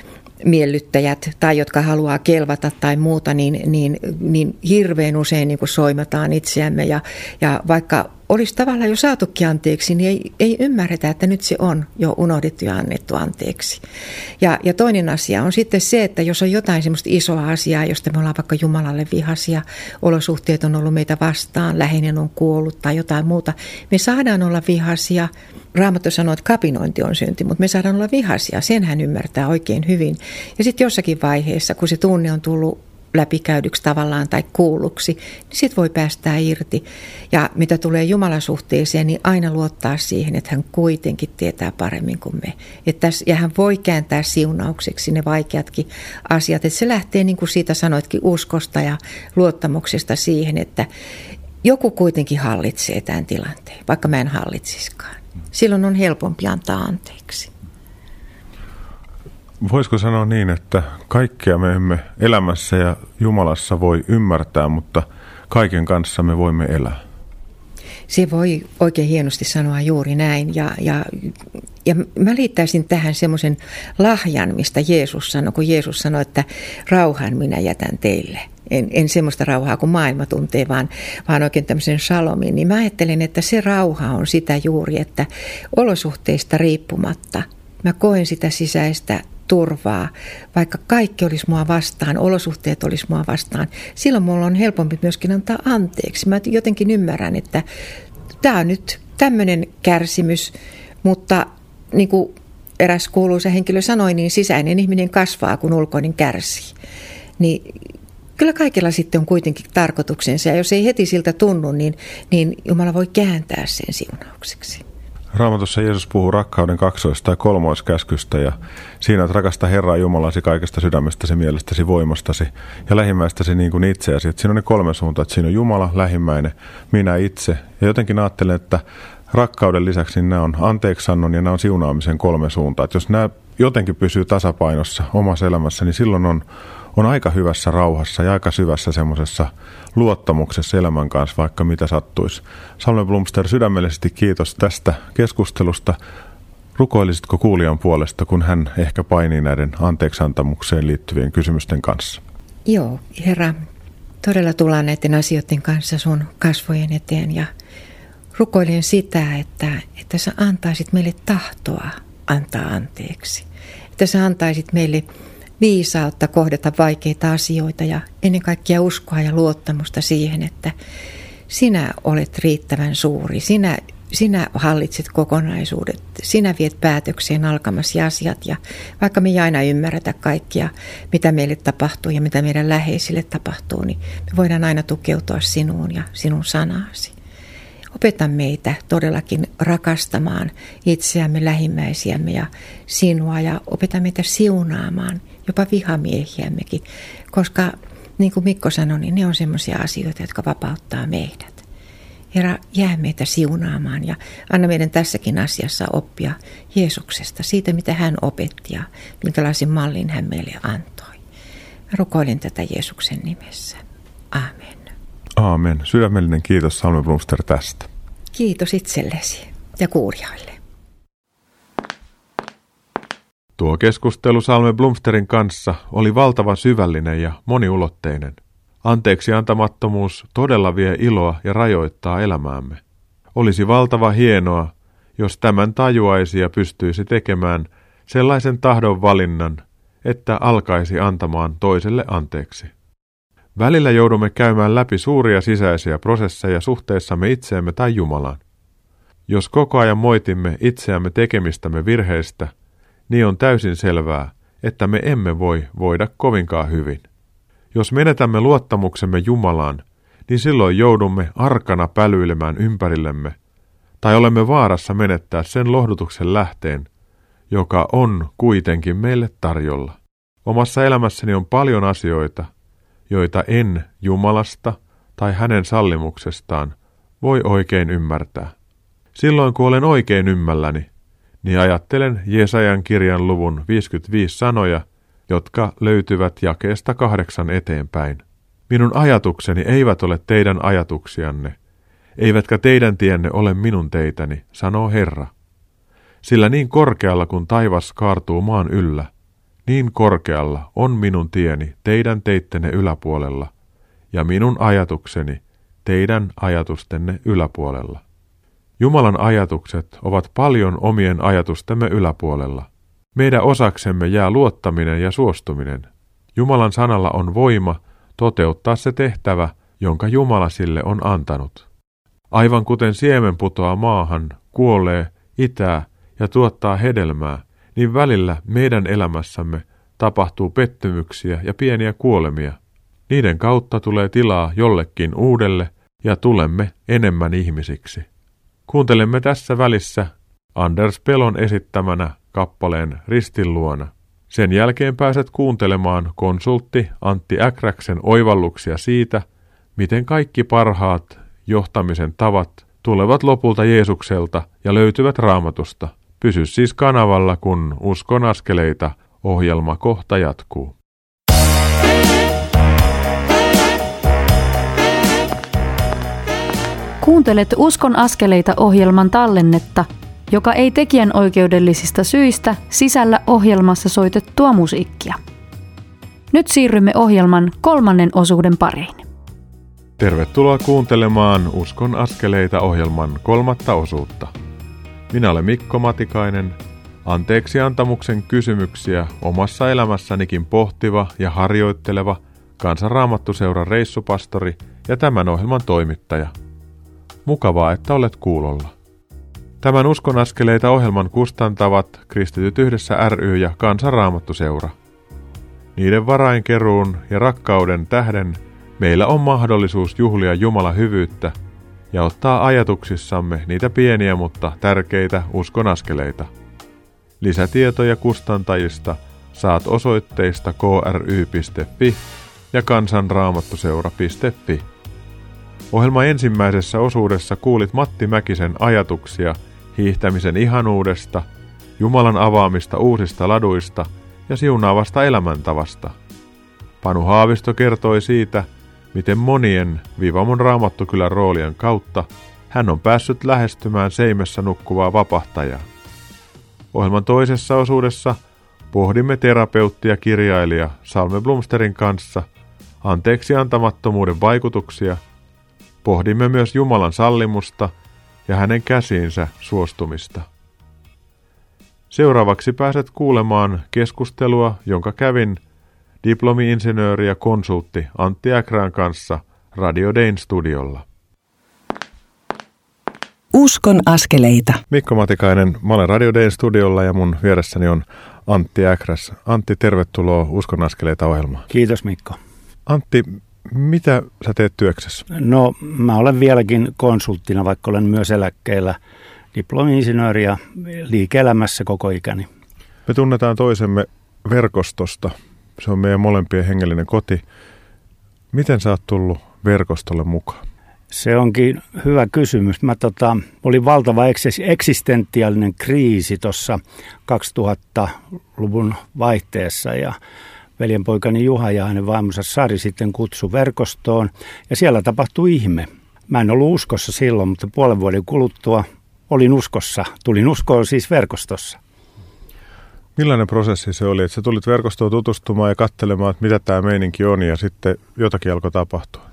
miellyttäjät tai jotka haluaa kelvata tai muuta, niin, niin, niin hirveän usein niin kuin soimataan itseämme ja, ja vaikka olisi tavallaan jo saatukin anteeksi, niin ei, ei ymmärretä, että nyt se on jo unohdettu ja annettu anteeksi. Ja, ja toinen asia on sitten se, että jos on jotain semmoista isoa asiaa, josta me ollaan vaikka Jumalalle vihaisia, olosuhteet on ollut meitä vastaan, läheinen on kuollut tai jotain muuta, me saadaan olla vihaisia. Raamattu sanoo, että kapinointi on synti, mutta me saadaan olla vihaisia. Sen hän ymmärtää oikein hyvin. Ja sitten jossakin vaiheessa, kun se tunne on tullut läpikäydyksi tavallaan tai kuulluksi, niin sitten voi päästää irti. Ja mitä tulee Jumalasuhteeseen, niin aina luottaa siihen, että hän kuitenkin tietää paremmin kuin me. Että ja hän voi kääntää siunaukseksi ne vaikeatkin asiat. Että se lähtee, niin kuin siitä sanoitkin, uskosta ja luottamuksesta siihen, että joku kuitenkin hallitsee tämän tilanteen, vaikka mä en hallitsiskaan. Silloin on helpompi antaa anteeksi. Voisiko sanoa niin, että kaikkea me emme elämässä ja Jumalassa voi ymmärtää, mutta kaiken kanssa me voimme elää? Se voi oikein hienosti sanoa juuri näin. Ja, ja, ja mä liittäisin tähän semmoisen lahjan, mistä Jeesus sanoi, kun Jeesus sanoi, että rauhan minä jätän teille. En, en semmoista rauhaa kuin maailma tuntee, vaan, vaan oikein tämmöisen shalomin. Niin mä ajattelen, että se rauha on sitä juuri, että olosuhteista riippumatta mä koen sitä sisäistä turvaa, vaikka kaikki olisi mua vastaan, olosuhteet olisi mua vastaan. Silloin mulla on helpompi myöskin antaa anteeksi. Mä jotenkin ymmärrän, että tämä on nyt tämmöinen kärsimys, mutta niin kuin eräs kuuluisa henkilö sanoi, niin sisäinen ihminen kasvaa, kun ulkoinen kärsii. Niin kyllä kaikilla sitten on kuitenkin tarkoituksensa, ja jos ei heti siltä tunnu, niin, niin Jumala voi kääntää sen siunaukseksi. Raamatussa Jeesus puhuu rakkauden kaksois- tai kolmoiskäskystä ja siinä, että rakasta Herraa Jumalasi kaikesta sydämestäsi, mielestäsi, voimastasi ja lähimmäistäsi niin kuin itseäsi. Että siinä on ne kolme suuntaa, että siinä on Jumala, lähimmäinen, minä itse. Ja jotenkin ajattelen, että rakkauden lisäksi niin nämä on anteeksannon ja nämä on siunaamisen kolme suuntaa. Että jos nämä jotenkin pysyy tasapainossa omassa elämässä, niin silloin on, on aika hyvässä rauhassa ja aika syvässä semmoisessa luottamuksessa elämän kanssa, vaikka mitä sattuisi. Salme Blomster, sydämellisesti kiitos tästä keskustelusta. Rukoilisitko kuulijan puolesta, kun hän ehkä painii näiden anteeksiantamukseen liittyvien kysymysten kanssa? Joo, Herra, todella tullaan näiden asioiden kanssa sun kasvojen eteen ja rukoilen sitä, että, että sä antaisit meille tahtoa antaa anteeksi. Että sä antaisit meille viisautta kohdata vaikeita asioita ja ennen kaikkea uskoa ja luottamusta siihen, että sinä olet riittävän suuri. Sinä, sinä hallitset kokonaisuudet. Sinä viet päätökseen alkamasi asiat ja vaikka me ei aina ymmärretä kaikkia, mitä meille tapahtuu ja mitä meidän läheisille tapahtuu, niin me voidaan aina tukeutua sinuun ja sinun sanaasi. Opeta meitä todellakin rakastamaan itseämme, lähimmäisiämme ja sinua ja opeta meitä siunaamaan jopa vihamiehiämmekin, koska niin kuin Mikko sanoi, niin ne on semmoisia asioita, jotka vapauttaa meidät. Herra, jää meitä siunaamaan ja anna meidän tässäkin asiassa oppia Jeesuksesta, siitä mitä hän opetti ja minkälaisen mallin hän meille antoi. Mä rukoilen tätä Jeesuksen nimessä. Amen. Aamen. Sydämellinen kiitos Salme Blomster tästä. Kiitos itsellesi ja kuulijoille. Tuo keskustelu Salme Blomsterin kanssa oli valtavan syvällinen ja moniulotteinen. Anteeksi antamattomuus todella vie iloa ja rajoittaa elämäämme. Olisi valtava hienoa, jos tämän tajuaisi ja pystyisi tekemään sellaisen tahdon valinnan, että alkaisi antamaan toiselle anteeksi. Välillä joudumme käymään läpi suuria sisäisiä prosesseja suhteessamme itseemme tai Jumalaan. Jos koko ajan moitimme itseämme tekemistämme virheistä, niin on täysin selvää, että me emme voi voida kovinkaan hyvin. Jos menetämme luottamuksemme Jumalaan, niin silloin joudumme arkana pälyilemään ympärillemme, tai olemme vaarassa menettää sen lohdutuksen lähteen, joka on kuitenkin meille tarjolla. Omassa elämässäni on paljon asioita, joita en Jumalasta tai hänen sallimuksestaan voi oikein ymmärtää. Silloin kun olen oikein ymmälläni, niin ajattelen Jesajan kirjan luvun viisikymmentäviisi sanoja, jotka löytyvät jakeesta kahdeksan eteenpäin. Minun ajatukseni eivät ole teidän ajatuksianne, eivätkä teidän tienne ole minun teitäni, sanoo Herra. Sillä niin korkealla kun taivas kaartuu maan yllä, niin korkealla on minun tieni teidän teittenne yläpuolella, ja minun ajatukseni teidän ajatustenne yläpuolella. Jumalan ajatukset ovat paljon omien ajatustemme yläpuolella. Meidän osaksemme jää luottaminen ja suostuminen. Jumalan sanalla on voima toteuttaa se tehtävä, jonka Jumala sille on antanut. Aivan kuten siemen putoaa maahan, kuolee, itää ja tuottaa hedelmää, niin välillä meidän elämässämme tapahtuu pettymyksiä ja pieniä kuolemia. Niiden kautta tulee tilaa jollekin uudelle ja tulemme enemmän ihmisiksi. Kuuntelemme tässä välissä Anders Pelon esittämänä kappaleen Ristin luona. Sen jälkeen pääset kuuntelemaan konsultti Antti Äkräksen oivalluksia siitä, miten kaikki parhaat johtamisen tavat tulevat lopulta Jeesukselta ja löytyvät Raamatusta. Pysy siis kanavalla, kun Uskon askeleita -ohjelma kohta jatkuu. Kuuntelet Uskon askeleita -ohjelman tallennetta, joka ei tekijän oikeudellisista syistä sisällä ohjelmassa soitettua musiikkia. Nyt siirrymme ohjelman kolmannen osuuden pariin. Tervetuloa kuuntelemaan Uskon askeleita -ohjelman kolmatta osuutta. Minä olen Mikko Matikainen, anteeksiantamuksen kysymyksiä omassa elämässänikin pohtiva ja harjoitteleva Kansan Raamattuseuran reissupastori ja tämän ohjelman toimittaja. Mukavaa, että olet kuulolla. Tämän Uskon askeleita -ohjelman kustantavat Kristityt yhdessä ry ja Kansan Raamattuseura. Niiden varainkeruun ja rakkauden tähden meillä on mahdollisuus juhlia Jumalan hyvyyttä ja ottaa ajatuksissamme niitä pieniä, mutta tärkeitä uskon askeleita. Lisätietoja kustantajista saat osoitteista k r y piste f i ja kansanraamattuseura piste f i. Ohjelman ensimmäisessä osuudessa kuulit Matti Mäkisen ajatuksia hiihtämisen ihanuudesta, Jumalan avaamista uusista laduista ja siunaavasta elämäntavasta. Panu Haavisto kertoi siitä, miten monien Vivamon Raamattukylän roolien kautta hän on päässyt lähestymään seimessä nukkuvaa vapahtajaa. Ohjelman toisessa osuudessa pohdimme terapeutti ja kirjailija Salme Blomsterin kanssa anteeksi antamattomuuden vaikutuksia, pohdimme myös Jumalan sallimusta ja hänen käsiinsä suostumista. Seuraavaksi pääset kuulemaan keskustelua, jonka kävin diplomi-insinööri ja konsultti Antti Äkrän kanssa Radio Dayn studiolla. Uskon askeleita. Mikko Matikainen, mä olen Radio Dayn studiolla ja mun vieressäni on Antti Äkräs. Antti, tervetuloa Uskon askeleita -ohjelmaan. Kiitos Mikko. Antti, mitä sä teet työksessä? No mä olen vieläkin konsulttina, vaikka olen myös eläkkeellä diplomi-insinööri ja liike-elämässä koko ikäni. Me tunnetaan toisemme verkostosta. Se on meidän molempien hengellinen koti. Miten sä oot tullut verkostolle mukaan? Se onkin hyvä kysymys. Mä tota, olin valtava eksistentiaalinen kriisi tuossa kaksituhattaluvun vaihteessa ja veljenpoikani Juha ja hänen vaimonsa Sari sitten kutsui verkostoon ja siellä tapahtui ihme. Mä en ollut uskossa silloin, mutta puolen vuoden kuluttua olin uskossa. Tulin uskoon siis verkostossa. Millainen prosessi se oli, että sä tulit verkostoon tutustumaan ja katselemaan, että mitä tämä meininki on ja sitten jotakin alkoi tapahtua?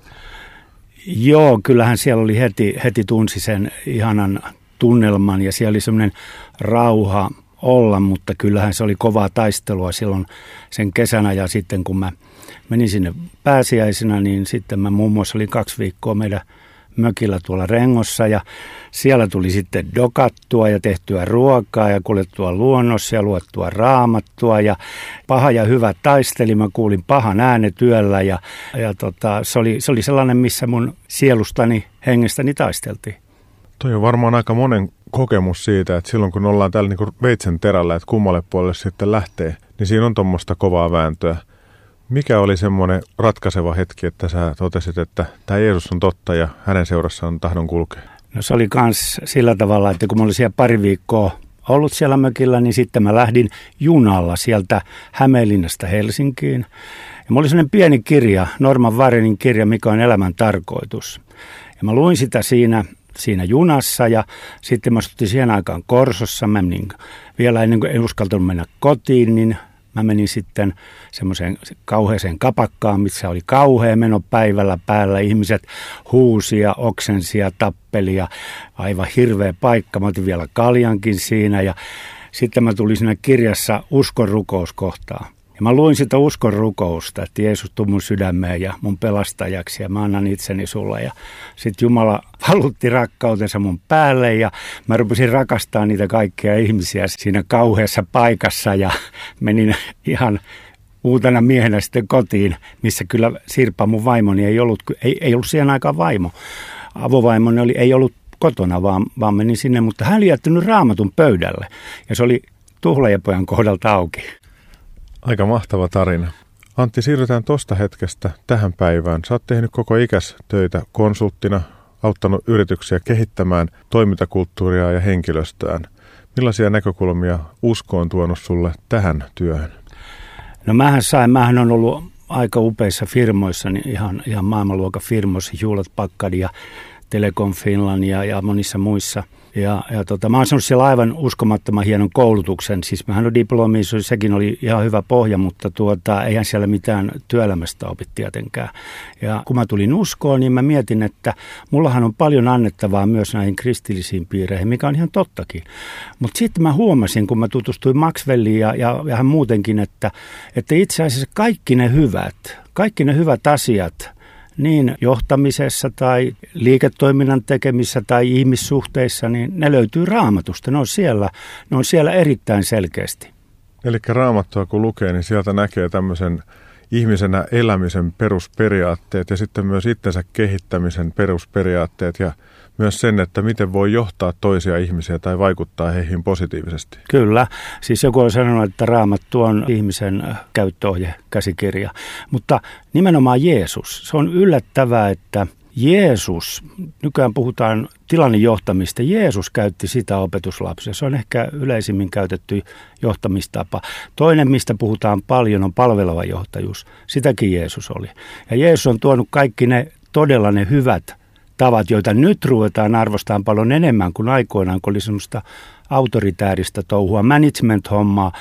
Joo, kyllähän siellä oli heti, heti tunsi sen ihanan tunnelman ja siellä oli semmoinen rauha olla, mutta kyllähän se oli kovaa taistelua silloin sen kesänä ja sitten kun mä menin sinne pääsiäisenä, niin sitten mä muun muassa olin kaksi viikkoa meidän mökillä tuolla Rengossa ja siellä tuli sitten dokattua ja tehtyä ruokaa ja kuljettua luonnossa ja luettua raamattua ja paha ja hyvä taisteli. Mä kuulin pahan äänet yöllä ja, ja tota, se, oli, se oli sellainen, missä mun sielustani, hengestäni taisteltiin. Toi on varmaan aika monen kokemus siitä, että silloin kun ollaan täällä niin veitsen terällä, että kummalle puolelle sitten lähtee, niin siinä on tuommoista kovaa vääntöä. Mikä oli semmoinen ratkaiseva hetki, että sä totesit, että tämä Jeesus on totta ja hänen seurassaan tahdon kulkea? No se oli myös sillä tavalla, että kun mä olin siellä pari viikkoa ollut siellä mökillä, niin sitten mä lähdin junalla sieltä Hämeenlinnasta Helsinkiin. Ja mulla oli sellainen pieni kirja, Norman Warrenin kirja, mikä on elämän tarkoitus. Ja mä luin sitä siinä, siinä junassa ja sitten mä astuttiin siihen aikaan Korsossa. Mä menin vielä ennen kuin en uskaltanut mennä kotiin, niin mä menin sitten semmoiseen kauheeseen kapakkaan, missä oli kauhea meno päivällä päällä. Ihmiset huusia, oksensia, tappelia, aivan hirveä paikka. Mä otin vielä kaljankin siinä ja sitten mä tulin siinä kirjassa uskon rukouskohtaan. Ja mä luin sitä uskon rukousta, että Jeesus tuu mun sydämeen ja mun pelastajaksi ja mä annan itseni sulle. Ja sitten Jumala valutti rakkautensa mun päälle ja mä rupesin rakastamaan niitä kaikkia ihmisiä siinä kauheassa paikassa ja menin ihan uutena miehenä sitten kotiin, missä kyllä Sirpa mun vaimoni ei ollut, ei, ei ollut siihen aikaan vaimo. Avovaimoni oli, ei ollut kotona, vaan, vaan menin sinne, mutta hän oli jättänyt raamatun pöydälle ja se oli Tuhlaajapojan kohdalta auki. Aika mahtava tarina. Antti, siirrytään tuosta hetkestä tähän päivään. Sä oot tehnyt koko ikäs töitä konsulttina, auttanut yrityksiä kehittämään toimintakulttuuria ja henkilöstöään. Millaisia näkökulmia usko on tuonut sulle tähän työhön? No mähän sain, mähän on ollut aika upeissa firmoissa, niin ihan, ihan maailmanluokan firmoissa, Hewlett-Packard ja Telecom Finland ja, ja monissa muissa. Ja, ja tota, mä oon saanut siellä aivan uskomattoman hienon koulutuksen. Siis mähän on diplomi, sekin oli ihan hyvä pohja, mutta tuota, eihän siellä mitään työelämästä opi tietenkään. Ja kun mä tulin uskoon, niin mä mietin, että mullahan on paljon annettavaa myös näihin kristillisiin piireihin, mikä on ihan tottakin. Mutta sitten mä huomasin, kun mä tutustuin Maxwelliin ja, ja, ja hän muutenkin, että, että itse asiassa kaikki ne hyvät, kaikki ne hyvät asiat, niin johtamisessa tai liiketoiminnan tekemissä tai ihmissuhteissa, niin ne löytyy Raamatusta. Ne on siellä, ne on siellä erittäin selkeästi. Eli Raamattua kun lukee, niin sieltä näkee tämmöisen ihmisenä elämisen perusperiaatteet ja sitten myös itsensä kehittämisen perusperiaatteet ja myös sen, että miten voi johtaa toisia ihmisiä tai vaikuttaa heihin positiivisesti. Kyllä. Siis joku on sanonut, että Raamattu on ihmisen käyttöohje, käsikirja. Mutta nimenomaan Jeesus. Se on yllättävää, että Jeesus, nykyään puhutaan tilannejohtamista, Jeesus käytti sitä opetuslapsia. Se on ehkä yleisimmin käytetty johtamistapa. Toinen, mistä puhutaan paljon, on palveleva johtajuus. Sitäkin Jeesus oli. Ja Jeesus on tuonut kaikki ne todella ne hyvät tavat, joita nyt ruvetaan arvostamaan paljon enemmän kuin aikoinaan, kun oli semmoista autoritääristä touhua, management-hommaa,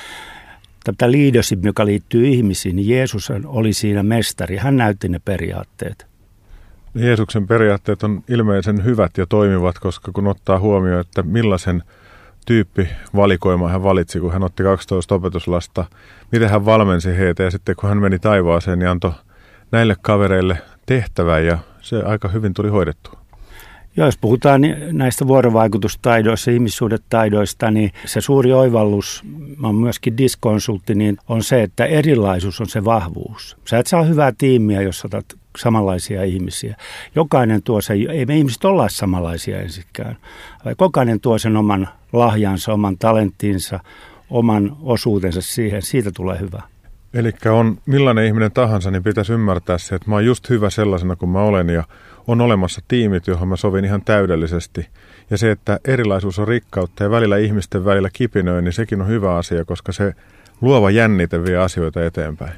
tätä leadership, joka liittyy ihmisiin, niin Jeesus oli siinä mestari. Hän näytti ne periaatteet. Jeesuksen periaatteet on ilmeisen hyvät ja toimivat, koska kun ottaa huomioon, että millaisen tyyppi valikoima hän valitsi, kun hän otti kaksitoista opetuslasta, miten hän valmensi heitä ja sitten kun hän meni taivaaseen, niin antoi näille kavereille tehtävän ja se aika hyvin tuli hoidettua. Joo, jos puhutaan näistä vuorovaikutustaidoista, ihmissuhdetaidoista, niin se suuri oivallus, mä oon myöskin diskonsultti, niin on se, että erilaisuus on se vahvuus. Sä et saa hyvää tiimiä, jos otat samanlaisia ihmisiä. Jokainen tuo se, ei me ihmiset olla samanlaisia ensikään. Jokainen tuo sen oman lahjansa, oman talenttinsa, oman osuutensa siihen, siitä tulee hyvä. Eli on millainen ihminen tahansa, niin pitäisi ymmärtää se, että mä oon just hyvä sellaisena kuin mä olen ja on olemassa tiimit, johon mä sovin ihan täydellisesti. Ja se, että erilaisuus on rikkautta ja välillä ihmisten välillä kipinöi, niin sekin on hyvä asia, koska se luova jännite vie asioita eteenpäin.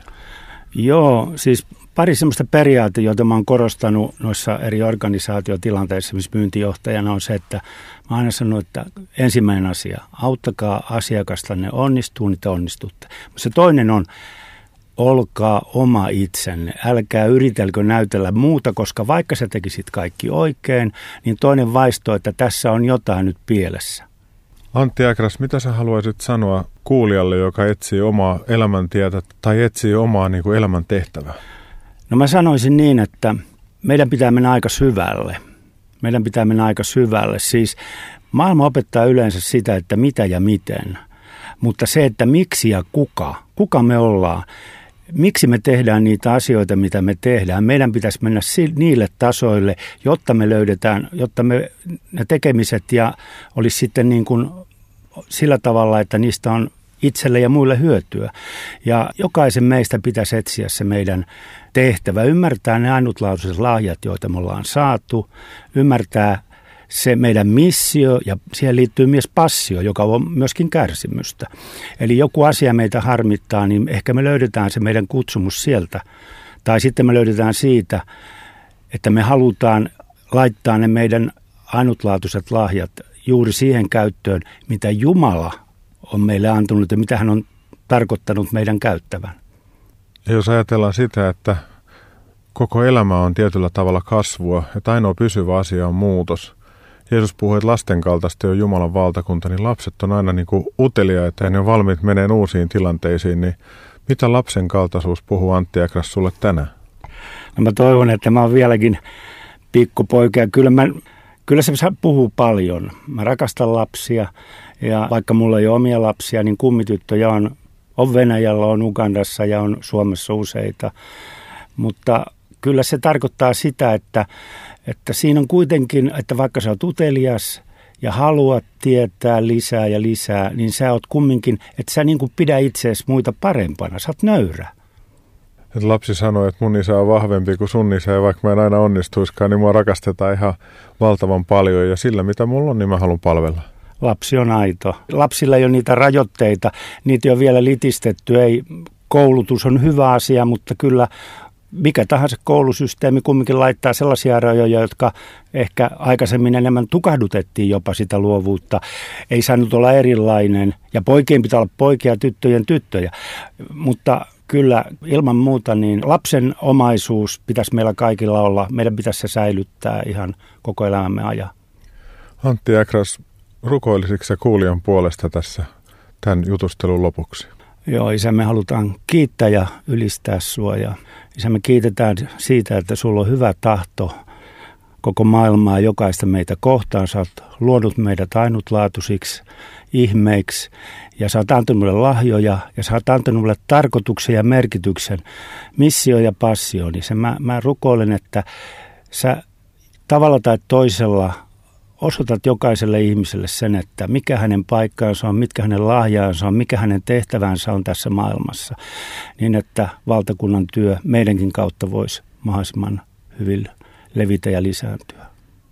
Joo, siis pari semmoista periaatteita, joita mä oon korostanut noissa eri organisaatiotilanteissa, missä myyntijohtajana on se, että mä aina sanon, että ensimmäinen asia, auttakaa asiakastanne onnistuu, niin te onnistutte. Se toinen on, olkaa oma itsenne, älkää yritelkö näytellä muuta, koska vaikka sä tekisit kaikki oikein, niin toinen vaistoo, että tässä on jotain nyt pielessä. Antti Äkräs, mitä sä haluaisit sanoa kuulijalle, joka etsii omaa elämäntietä tai etsii omaa niin kuin elämäntehtävää? No mä sanoisin niin, että meidän pitää mennä aika syvälle. Meidän pitää mennä aika syvälle. Siis maailma opettaa yleensä sitä, että mitä ja miten. Mutta se, että miksi ja kuka, kuka me ollaan, miksi me tehdään niitä asioita, mitä me tehdään. Meidän pitäisi mennä niille tasoille, jotta me löydetään, jotta me ne tekemiset ja olisi sitten niin kuin sillä tavalla, että niistä on itselle ja muille hyötyä. Ja jokaisen meistä pitäisi etsiä se meidän tehtävä, ymmärtää ne ainutlaatuiset lahjat, joita me ollaan saatu, ymmärtää se meidän missio ja siihen liittyy myös passio, joka on myöskin kärsimystä. Eli joku asia meitä harmittaa, niin ehkä me löydetään se meidän kutsumus sieltä. Tai sitten me löydetään siitä, että me halutaan laittaa ne meidän ainutlaatuiset lahjat juuri siihen käyttöön, mitä Jumala on meille antanut ja mitä hän on tarkoittanut meidän käyttävän. Ja jos ajatellaan sitä, että koko elämä on tietyllä tavalla kasvua, että ainoa pysyvä asia on muutos. Jeesus puhui, että lasten kaltaisesti on Jumalan valtakunta, niin lapset on aina niin kuin uteliaita ja ne on valmiit meneen uusiin tilanteisiin. Niin mitä lapsen kaltaisuus puhuu Antti Äkräs sulle tänään? No mä toivon, että mä oon vieläkin pikkupoika ja kyllä, mä, kyllä se puhuu paljon. Mä rakastan lapsia ja vaikka mulla ei ole omia lapsia, niin kummityttöjä on, on Venäjällä, on Ugandassa ja on Suomessa useita. Mutta kyllä se tarkoittaa sitä, että, että siinä on kuitenkin, että vaikka sä oot utelias ja haluat tietää lisää ja lisää, niin sä oot kumminkin, että sä niin kuin pidä itseäsi muita parempana, sä oot nöyrä. Et lapsi sanoi, että mun isä on vahvempi kuin sun isä ja vaikka mä en aina onnistuiskaan, niin mua rakastetaan ihan valtavan paljon ja sillä mitä mulla on, niin mä haluan palvella. Lapsi on aito. Lapsilla ei ole niitä rajoitteita, niitä ei ole vielä litistetty, ei, koulutus on hyvä asia, mutta kyllä mikä tahansa koulusysteemi kumminkin laittaa sellaisia rajoja, jotka ehkä aikaisemmin enemmän tukahdutettiin jopa sitä luovuutta. Ei saanut olla erilainen ja poikien pitää olla poikia ja tyttöjen tyttöjä, mutta kyllä ilman muuta niin lapsen omaisuus pitäisi meillä kaikilla olla. Meidän pitäisi se säilyttää ihan koko elämämme ajan. Antti Äkräs, rukoilisitko sä kuulijan puolesta tässä tämän jutustelun lopuksi? Joo, Isä, me halutaan kiittää ja ylistää sua. Ja Isä, me kiitetään siitä, että sulla on hyvä tahto koko maailmaa jokaista meitä kohtaan. Sä oot luonut meidät ainutlaatuisiksi ihmeiksi ja sä oot antanut mulle lahjoja ja sä oot antanut mulle tarkoituksen ja merkityksen, missio ja passio. Niin se mä, mä rukoilen, että sä tavalla tai toisella osoitat jokaiselle ihmiselle sen, että mikä hänen paikkaansa on, mitkä hänen lahjaansa on, mikä hänen tehtävänsä on tässä maailmassa, niin että valtakunnan työ meidänkin kautta voisi mahdollisimman hyvin levitä ja lisääntyä.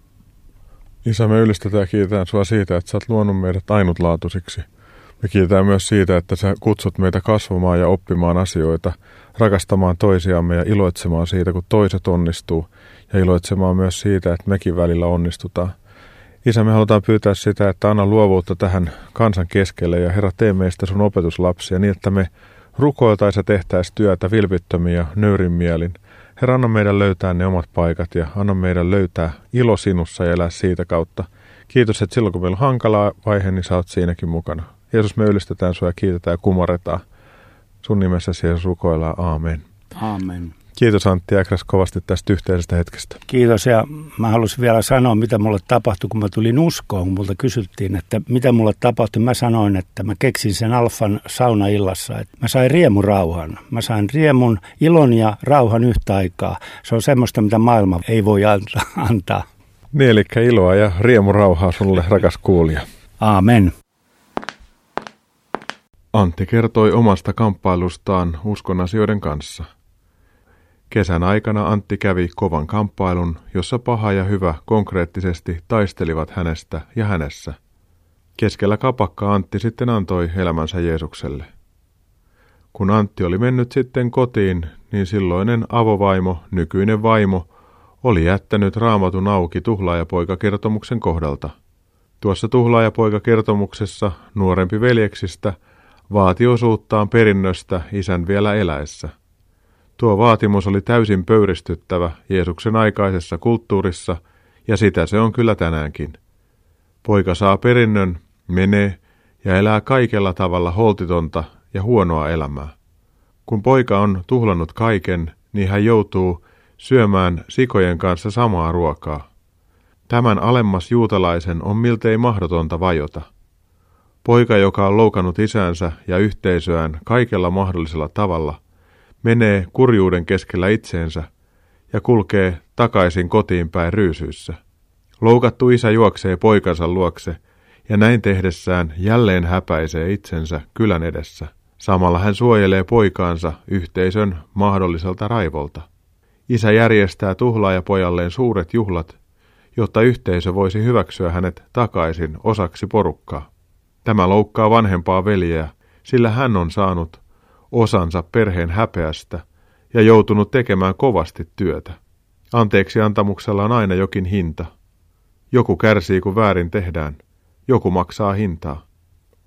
Isä, me ylistetään ja kiitetään sinua siitä, että sä oot luonut meidät ainutlaatuisiksi. Me kiitetään myös siitä, että sä kutsut meitä kasvamaan ja oppimaan asioita, rakastamaan toisiamme ja iloitsemaan siitä, kun toiset onnistuu, ja iloitsemaan myös siitä, että mekin välillä onnistutaan. Isä, me halutaan pyytää sitä, että anna luovuutta tähän kansan keskelle ja Herra, tee meistä sun opetuslapsia niin, että me rukoiltaisiin ja tehtäisiin työtä vilpittömiä ja nöyrin mielin. Herra, anna meidän löytää ne omat paikat ja anna meidän löytää ilo sinussa ja elää siitä kautta. Kiitos, että silloin kun meillä on hankala vaihe, niin sä oot siinäkin mukana. Jeesus, me ylistetään sua ja kiitetään ja kumarretaan. Sun nimessäsi Jeesus rukoillaan. Aamen. Aamen. Kiitos Antti Äkräs kovasti tästä yhteisestä hetkestä. Kiitos ja mä halusin vielä sanoa, mitä mulle tapahtui, kun mä tulin uskoon, kun multa kysyttiin, että mitä mulle tapahtui. Mä sanoin, että mä keksin sen Alfan saunaillassa, että mä sain riemurauhan. Mä sain riemun, ilon ja rauhan yhtä aikaa. Se on semmoista, mitä maailma ei voi antaa. Niin, eli iloa ja riemurauhaa sulle, rakas kuulija. Aamen. Antti kertoi omasta kamppailustaan uskon asioiden kanssa. Kesän aikana Antti kävi kovan kamppailun, jossa paha ja hyvä konkreettisesti taistelivat hänestä ja hänessä. Keskellä kapakkaa Antti sitten antoi elämänsä Jeesukselle. Kun Antti oli mennyt sitten kotiin, niin silloinen avovaimo, nykyinen vaimo, oli jättänyt Raamatun auki tuhlaajapoika-kertomuksen kohdalta. Tuossa tuhlaajapoika-kertomuksessa nuorempi veljeksistä vaati osuuttaan perinnöstä isän vielä eläessä. Tuo vaatimus oli täysin pöyristyttävä Jeesuksen aikaisessa kulttuurissa, ja sitä se on kyllä tänäänkin. Poika saa perinnön, menee ja elää kaikella tavalla holtitonta ja huonoa elämää. Kun poika on tuhlannut kaiken, niin hän joutuu syömään sikojen kanssa samaa ruokaa. Tämän alemmas juutalaisen on miltei mahdotonta vajota. Poika, joka on loukannut isänsä ja yhteisöään kaikella mahdollisella tavalla, menee kurjuuden keskellä itseensä ja kulkee takaisin kotiin päin ryysyissä. Loukattu isä juoksee poikansa luokse ja näin tehdessään jälleen häpäisee itsensä kylän edessä. Samalla hän suojelee poikaansa yhteisön mahdolliselta raivolta. Isä järjestää tuhlaajapojalleen suuret juhlat, jotta yhteisö voisi hyväksyä hänet takaisin osaksi porukkaa. Tämä loukkaa vanhempaa veljeä, sillä hän on saanut osansa perheen häpeästä ja joutunut tekemään kovasti työtä. Anteeksi antamuksella on aina jokin hinta. Joku kärsii, kun väärin tehdään. Joku maksaa hintaa.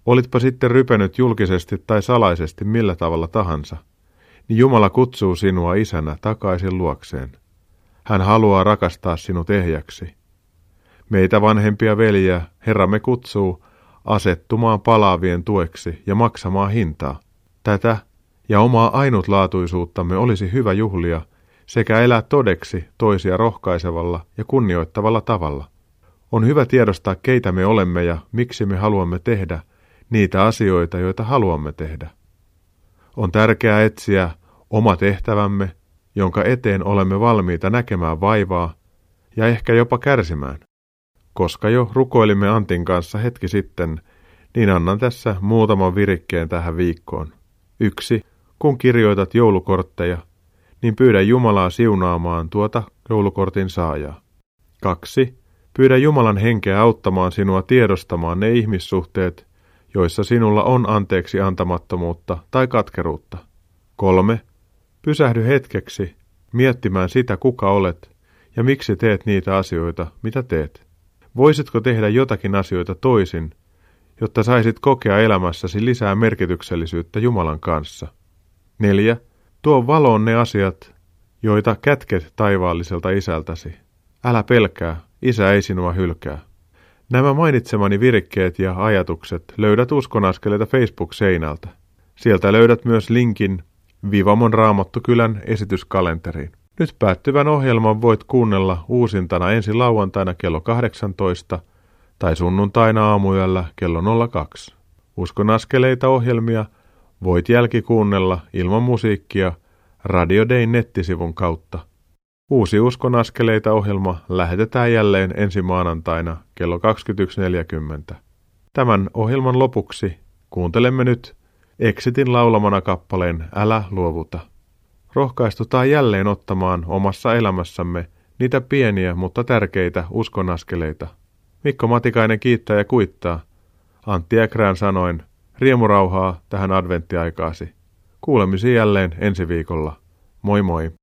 Olitpa sitten rypenyt julkisesti tai salaisesti millä tavalla tahansa, niin Jumala kutsuu sinua isänä takaisin luokseen. Hän haluaa rakastaa sinut ehjäksi. Meitä vanhempia veljiä Herramme kutsuu asettumaan palaavien tueksi ja maksamaan hintaa. Tätä ja omaa ainutlaatuisuuttamme olisi hyvä juhlia sekä elää todeksi toisia rohkaisevalla ja kunnioittavalla tavalla. On hyvä tiedostaa, keitä me olemme ja miksi me haluamme tehdä niitä asioita, joita haluamme tehdä. On tärkeää etsiä oma tehtävämme, jonka eteen olemme valmiita näkemään vaivaa ja ehkä jopa kärsimään. Koska jo rukoilimme Antin kanssa hetki sitten, niin annan tässä muutaman virikkeen tähän viikkoon. Yksi, kun kirjoitat joulukortteja, niin pyydä Jumalaa siunaamaan tuota joulukortin saajaa. Kaksi, pyydä Jumalan henkeä auttamaan sinua tiedostamaan ne ihmissuhteet, joissa sinulla on anteeksi antamattomuutta tai katkeruutta. Kolme, pysähdy hetkeksi miettimään sitä, kuka olet ja miksi teet niitä asioita, mitä teet. Voisitko tehdä jotakin asioita toisin, jotta saisit kokea elämässäsi lisää merkityksellisyyttä Jumalan kanssa? Neljä, tuo valoon ne asiat, joita kätket taivaalliselta isältäsi. Älä pelkää, isä ei sinua hylkää. Nämä mainitsemani virikkeet ja ajatukset löydät Uskonaskeleita Facebook-seinältä. Sieltä löydät myös linkin Vivamon Raamattukylän esityskalenteriin. Nyt päättyvän ohjelman voit kuunnella uusintana ensi lauantaina kello kahdeksantoista tai sunnuntaina aamuyöllä kello nolla kaksi. Uskonaskeleita ohjelmia voit jälkikuunnella ilman musiikkia Radio Dayn nettisivun kautta. Uusi Uskonaskeleita -ohjelma lähetetään jälleen ensi maanantaina kello kaksikymmentäyksi neljäkymmentä. Tämän ohjelman lopuksi kuuntelemme nyt Exitin laulamana kappaleen Älä luovuta. Rohkaistutaan jälleen ottamaan omassa elämässämme niitä pieniä, mutta tärkeitä uskonaskeleita. Mikko Matikainen kiittää ja kuittaa. Antti Äkrään sanoin, riemurauhaa tähän adventtiaikaasi. Kuulemisiin jälleen ensi viikolla. Moi moi!